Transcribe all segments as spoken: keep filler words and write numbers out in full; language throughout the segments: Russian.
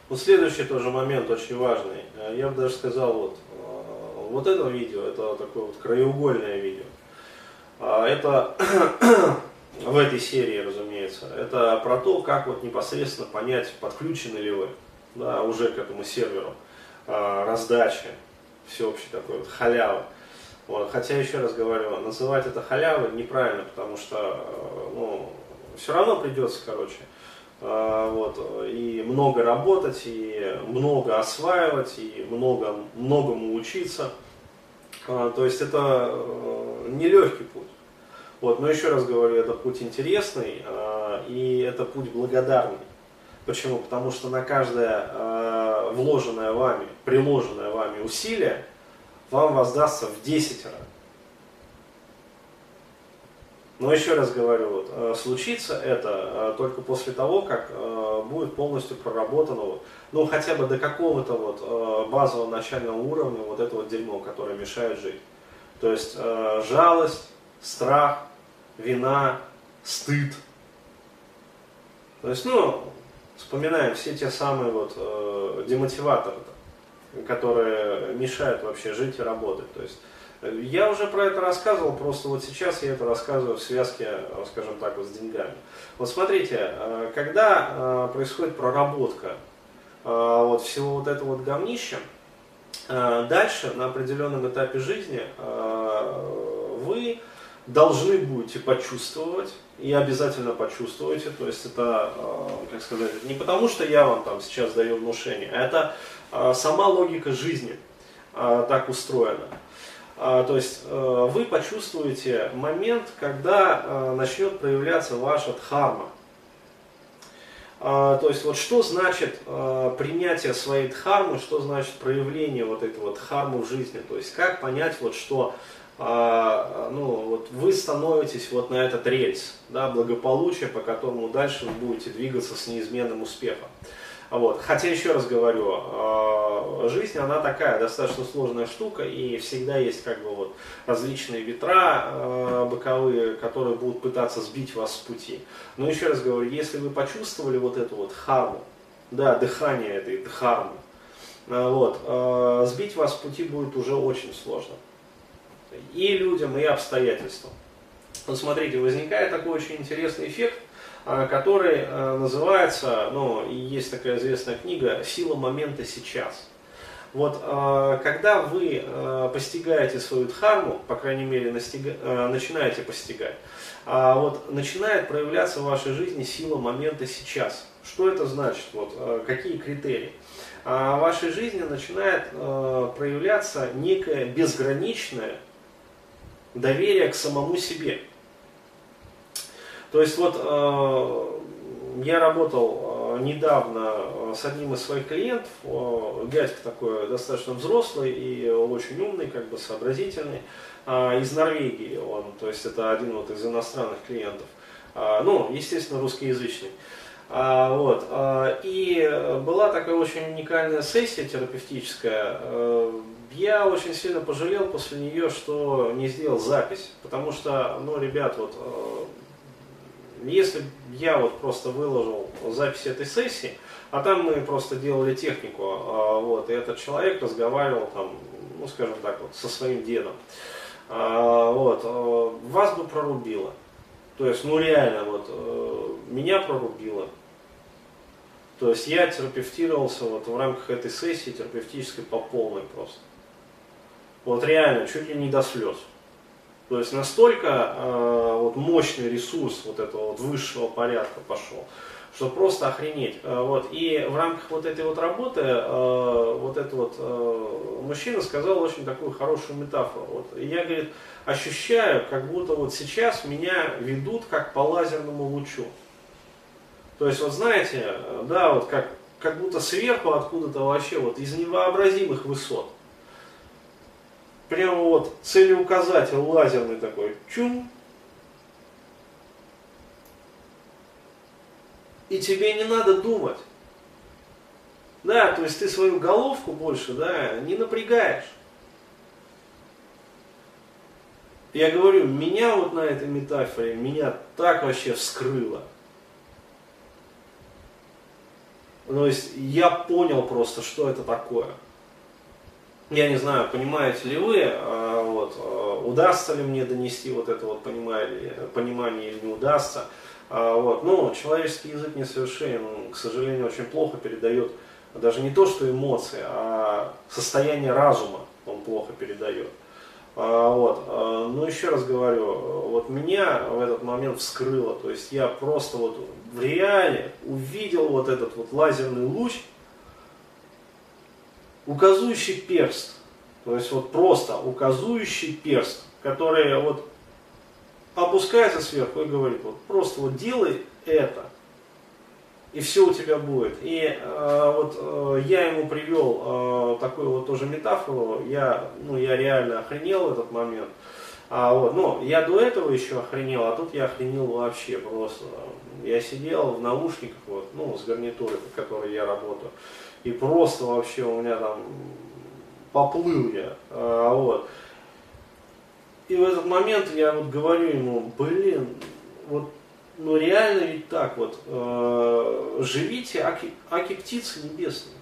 Вот следующий тоже момент очень важный. Я бы даже сказал, вот, вот это видео, это такое вот краеугольное видео. Это в этой серии, разумеется, это про то, как вот непосредственно понять, подключены ли вы, да, уже к этому серверу раздачи, всеобщей такой вот халявы. Вот. Хотя, еще раз говорю, называть это халявой неправильно, потому что ну, все равно придется, короче, вот, и много работать, и много осваивать, и много, многому учиться. То есть это нелегкий путь. Вот, но еще раз говорю, это путь интересный, и это путь благодарный. Почему? Потому что на каждое вложенное вами, приложенное вами усилие вам воздастся в десять раз. Но еще раз говорю, вот, случится это только после того, как будет полностью проработано, вот, ну хотя бы до какого-то вот базового начального уровня вот это вот дерьмо, которое мешает жить. То есть жалость, страх, вина, стыд. То есть, ну, вспоминаем все те самые вот демотиваторы, которые мешают вообще жить и работать. То есть, я уже про это рассказывал, просто вот сейчас я это рассказываю в связке, скажем так, вот с деньгами. Вот смотрите, когда происходит проработка вот всего вот этого вот говнища, дальше на определенном этапе жизни вы должны будете почувствовать, и обязательно почувствуете, то есть это, как сказать, не потому что я вам там сейчас даю внушение, а это сама логика жизни так устроена. То есть вы почувствуете момент, когда начнет проявляться ваша дхарма. То есть вот что значит принятие своей дхармы, что значит проявление вот этой вот дхармы в жизни. То есть как понять, вот, что ну, вот вы становитесь вот на этот рельс, да, благополучия, по которому дальше вы будете двигаться с неизменным успехом. Вот. Хотя, еще раз говорю, жизнь, она такая достаточно сложная штука, и всегда есть как бы вот различные ветра боковые, которые будут пытаться сбить вас с пути. Но еще раз говорю, если вы почувствовали вот эту вот дхарму, да, дыхание этой дхармы, вот, сбить вас с пути будет уже очень сложно. И людям, и обстоятельствам. Вот смотрите, возникает такой очень интересный эффект, который называется, ну, и есть такая известная книга «Сила момента сейчас». Вот, когда вы постигаете свою дхарму, по крайней мере, настига, начинаете постигать, вот, начинает проявляться в вашей жизни сила момента сейчас. Что это значит? Вот, какие критерии? В вашей жизни начинает проявляться некое безграничное доверие к самому себе. То есть вот э, я работал э, недавно с одним из своих клиентов, э, дядька такой достаточно взрослый и очень умный, как бы сообразительный, э, из Норвегии он, то есть это один вот из иностранных клиентов, э, ну, естественно, русскоязычный. А, вот, а, и была такая очень уникальная сессия терапевтическая. Я очень сильно пожалел после нее, что не сделал запись, потому что, ну, ребят, вот, если я вот просто выложил запись этой сессии, а там мы просто делали технику, вот, и этот человек разговаривал там, ну, скажем так, вот, со своим дедом, вот, вас бы прорубило. То есть, ну, реально, вот, меня прорубило. То есть я терапевтировался вот в рамках этой сессии терапевтической по полной просто. Вот реально, чуть ли не до слез. То есть настолько э, вот мощный ресурс вот этого вот высшего порядка пошел, что просто охренеть. Э, вот. И в рамках вот этой вот работы э, вот этот вот э, мужчина сказал очень такую хорошую метафору. Вот. И я, говорит, ощущаю, как будто вот сейчас меня ведут как по лазерному лучу. То есть, вот знаете, да, вот как, как будто сверху откуда-то вообще вот из невообразимых высот. Прямо вот целеуказатель лазерный такой, чум. И тебе не надо думать. Да, то есть ты свою головку больше, да, не напрягаешь. Я говорю, меня вот на этой метафоре, меня так вообще вскрыло. То есть я понял просто, что это такое. Я не знаю, понимаете ли вы, а, вот, а, удастся ли мне донести вот это вот понимание, понимание или не удастся. А, вот, но человеческий язык несовершенен, он, к сожалению, очень плохо передает даже не то, что эмоции, а состояние разума он плохо передает. А, вот, а, но еще раз говорю, вот меня в этот момент вскрыло, то есть я просто вот в реале увидел вот этот вот лазерный луч, указующий перст, то есть вот просто указующий перст, который вот опускается сверху и говорит, вот просто вот делай это, и все у тебя будет. И э, вот э, я ему привел э, такую вот тоже метафору, я, ну, я реально охренел в этот момент. А, вот, ну, я до этого еще охренел, а тут я охренел вообще просто. Я сидел в наушниках, вот, ну, с гарнитурой, по которой я работаю, и просто вообще у меня там поплыл я. А, вот. И в этот момент я вот говорю ему, блин, вот, ну реально ведь так вот, э, живите, аки, аки птицы небесные.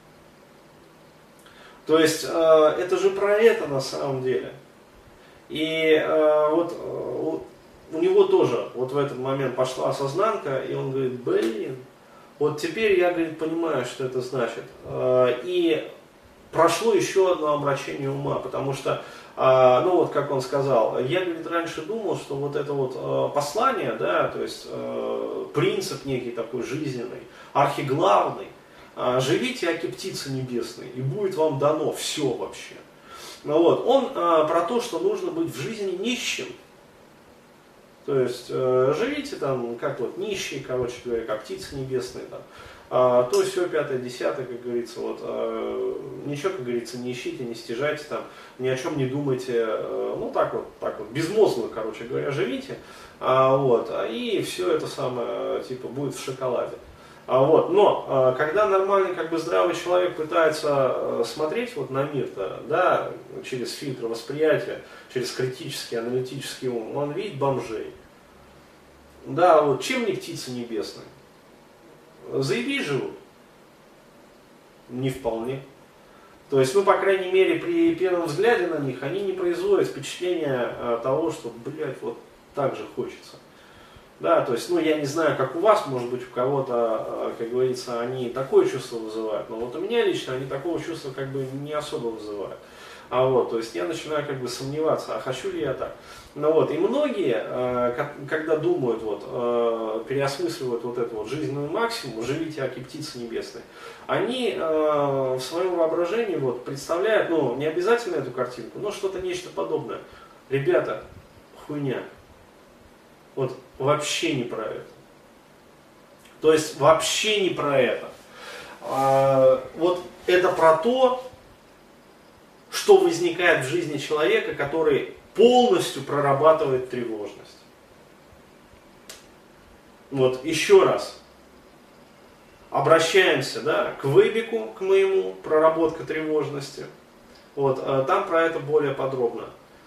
То есть э, это же про это на самом деле. И э, вот э, у него тоже вот в этот момент пошла осознанка, и он говорит, блин, вот теперь я, говорит, понимаю, что это значит. Э, и прошло еще одно обращение ума, потому что, э, ну вот как он сказал, я, говорит, раньше думал, что вот это вот э, послание, да, то есть э, принцип некий такой жизненный, архиглавный, э, живите, аки птицы небесные, и будет вам дано все вообще. Ну, вот, он а, про то, что нужно быть в жизни нищим. То есть э, живите там, как вот нищие, короче говоря, как птицы небесные, там, а, то все, пятое, десятое, как говорится, вот, а, ничего, как говорится, не ищите, не стяжайте, там, ни о чем не думайте, э, ну так вот, так вот, безмозгло, короче говоря, живите, а, вот, и все это самое, типа, будет в шоколаде. А вот, но когда нормальный, как бы здравый человек пытается смотреть вот на мир-то, да, через фильтр восприятия, через критический, аналитический ум, он видит бомжей. Да, вот чем не птицы небесные? Заебись живут? Не вполне. То есть, ну, по крайней мере, при первом взгляде на них, они не производят впечатления того, что, блядь, вот так же хочется. Да, то есть, ну, я не знаю, как у вас, может быть, у кого-то, как говорится, они такое чувство вызывают, но вот у меня лично они такого чувства как бы не особо вызывают. А вот, то есть я начинаю как бы сомневаться, а хочу ли я так. Ну вот, и многие, когда думают, вот, переосмысливают вот эту вот жизненную максимум, живите, аки птицы небесные, они в своем воображении вот представляют, ну, не обязательно эту картинку, но что-то нечто подобное. Ребята, хуйня. Вот вообще не про это. То есть вообще не про это. А, вот это про то, что возникает в жизни человека, который полностью прорабатывает тревожность. Вот еще раз. Обращаемся, да, к вебику, к моему, проработка тревожности. Вот, а там про это более подробно.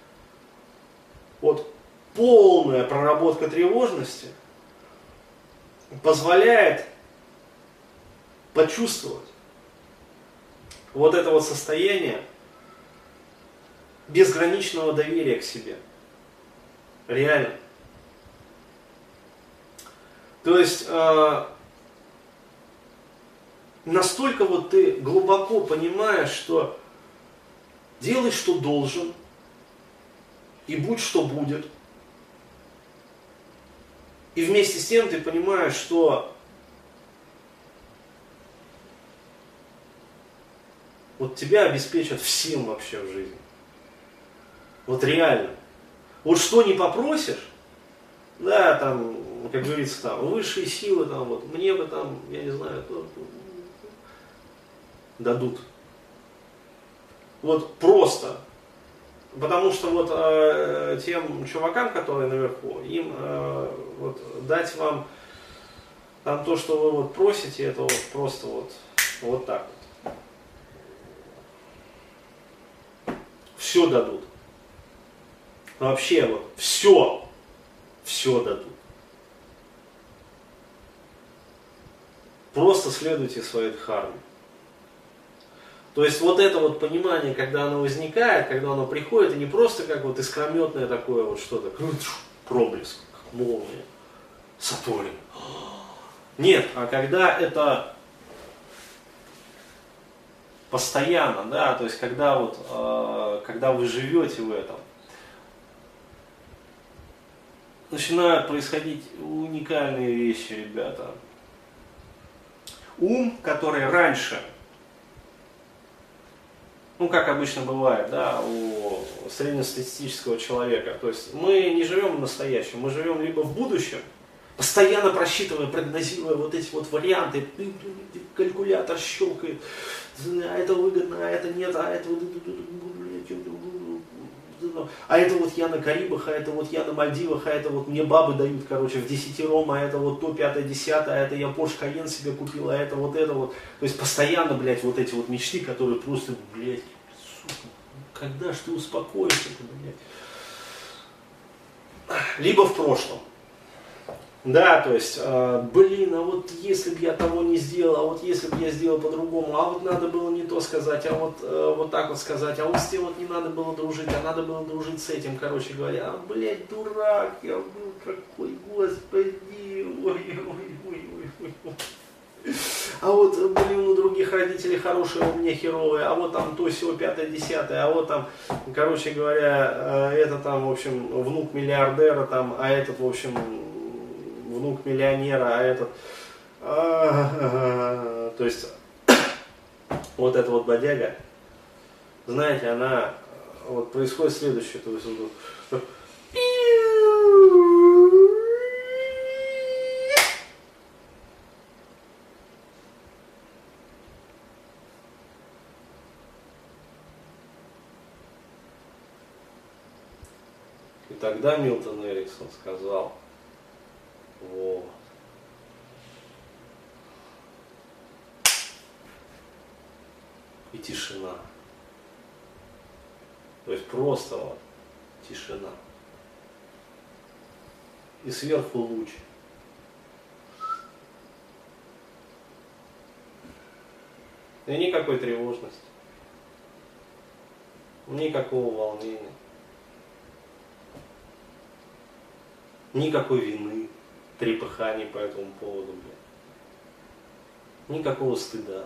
Вот. Полная проработка тревожности позволяет почувствовать вот это вот состояние безграничного доверия к себе. Реально. То есть э, настолько вот ты глубоко понимаешь, что делай, что должен, и будь, что будет. И вместе с тем ты понимаешь, что вот тебя обеспечат всем вообще в жизни. Вот реально. Вот что не попросишь, да, там, как говорится, там, высшие силы, там, вот, мне бы там, я не знаю, то, то, дадут. Вот просто. Потому что вот э, тем чувакам, которые наверху, им э, вот, дать вам там то, что вы вот просите, это вот просто вот, вот так вот. Все дадут. Вообще вот все, все дадут. просто следуйте своей дхарме. То есть вот это вот понимание, когда оно возникает, когда оно приходит, и не просто как вот искрометное такое вот что-то, проблеск, как молния, сатори. Нет, а когда это постоянно, да, то есть когда вот, э, когда вы живете в этом, начинают происходить уникальные вещи, ребята. Ум, который раньше, ну как обычно бывает, да, у среднестатистического человека, то есть мы не живем в настоящем, мы живем либо в будущем, постоянно просчитывая, прогнозируя вот эти вот варианты, калькулятор щелкает, а это выгодно, а это нет, а это а это вот я на Карибах, а это вот я на Мальдивах, а это вот мне бабы дают, короче, в десятером, а это вот то, пятое, десятое, а это я Porsche Cayenne себе купил, а это вот это вот. То есть постоянно, блядь, вот эти вот мечты, которые просто, блядь, сука, когда ж ты успокоишься-то, блядь. Либо в прошлом. Да, то есть, э, блин, а вот если бы я того не сделал, а вот если бы я сделал по-другому, а вот надо было не то сказать, а вот, э, вот так вот сказать, а вот с тем вот не надо было дружить, а надо было дружить с этим, короче говоря, а, блядь, дурак, я был какой, господи, ой-ой-ой-ой-ой. А вот, блин, у других родителей хорошие, у меня херовые, а вот там то, сё, пятое, десятое, а вот там, короче говоря, э, это там, в общем, внук миллиардера, там, а этот, в общем, внук миллионера, а этот, а, то есть, вот эта вот бодяга, знаете, она, вот происходит следующее, то есть, вот, и тогда Милтон Эриксон сказал, вот. И тишина. То есть просто вот тишина. И сверху луч. И никакой тревожности. Никакого волнения. Никакой вины. Трепыханий по этому поводу, блядь. Никакого стыда.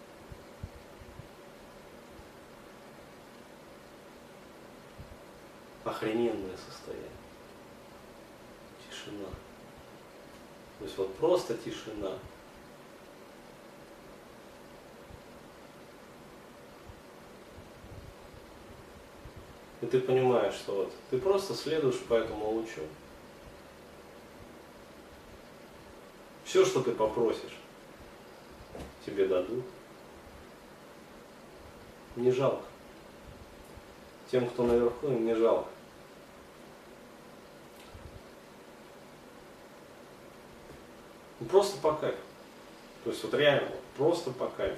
Охрененное состояние. Тишина. То есть вот просто тишина. И ты понимаешь, что вот ты просто следуешь по этому лучу. Все, что ты попросишь, тебе дадут. Не жалко. Тем, кто наверху, им не жалко. Ну, просто по кайфу. То есть вот реально, просто по кайфу.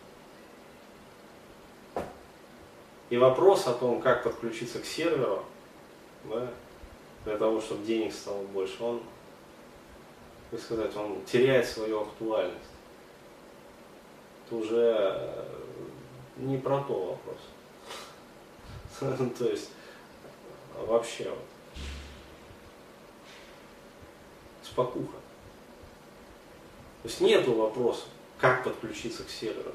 И вопрос о том, как подключиться к серверу, да, для того, чтобы денег стало больше, он, как сказать, он теряет свою актуальность. Это уже не про то вопрос. То есть вообще вот спокуха. То есть нету вопроса, как подключиться к серверу.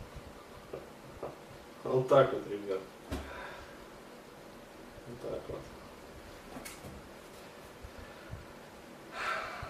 Вот так вот, ребят. Вот так вот.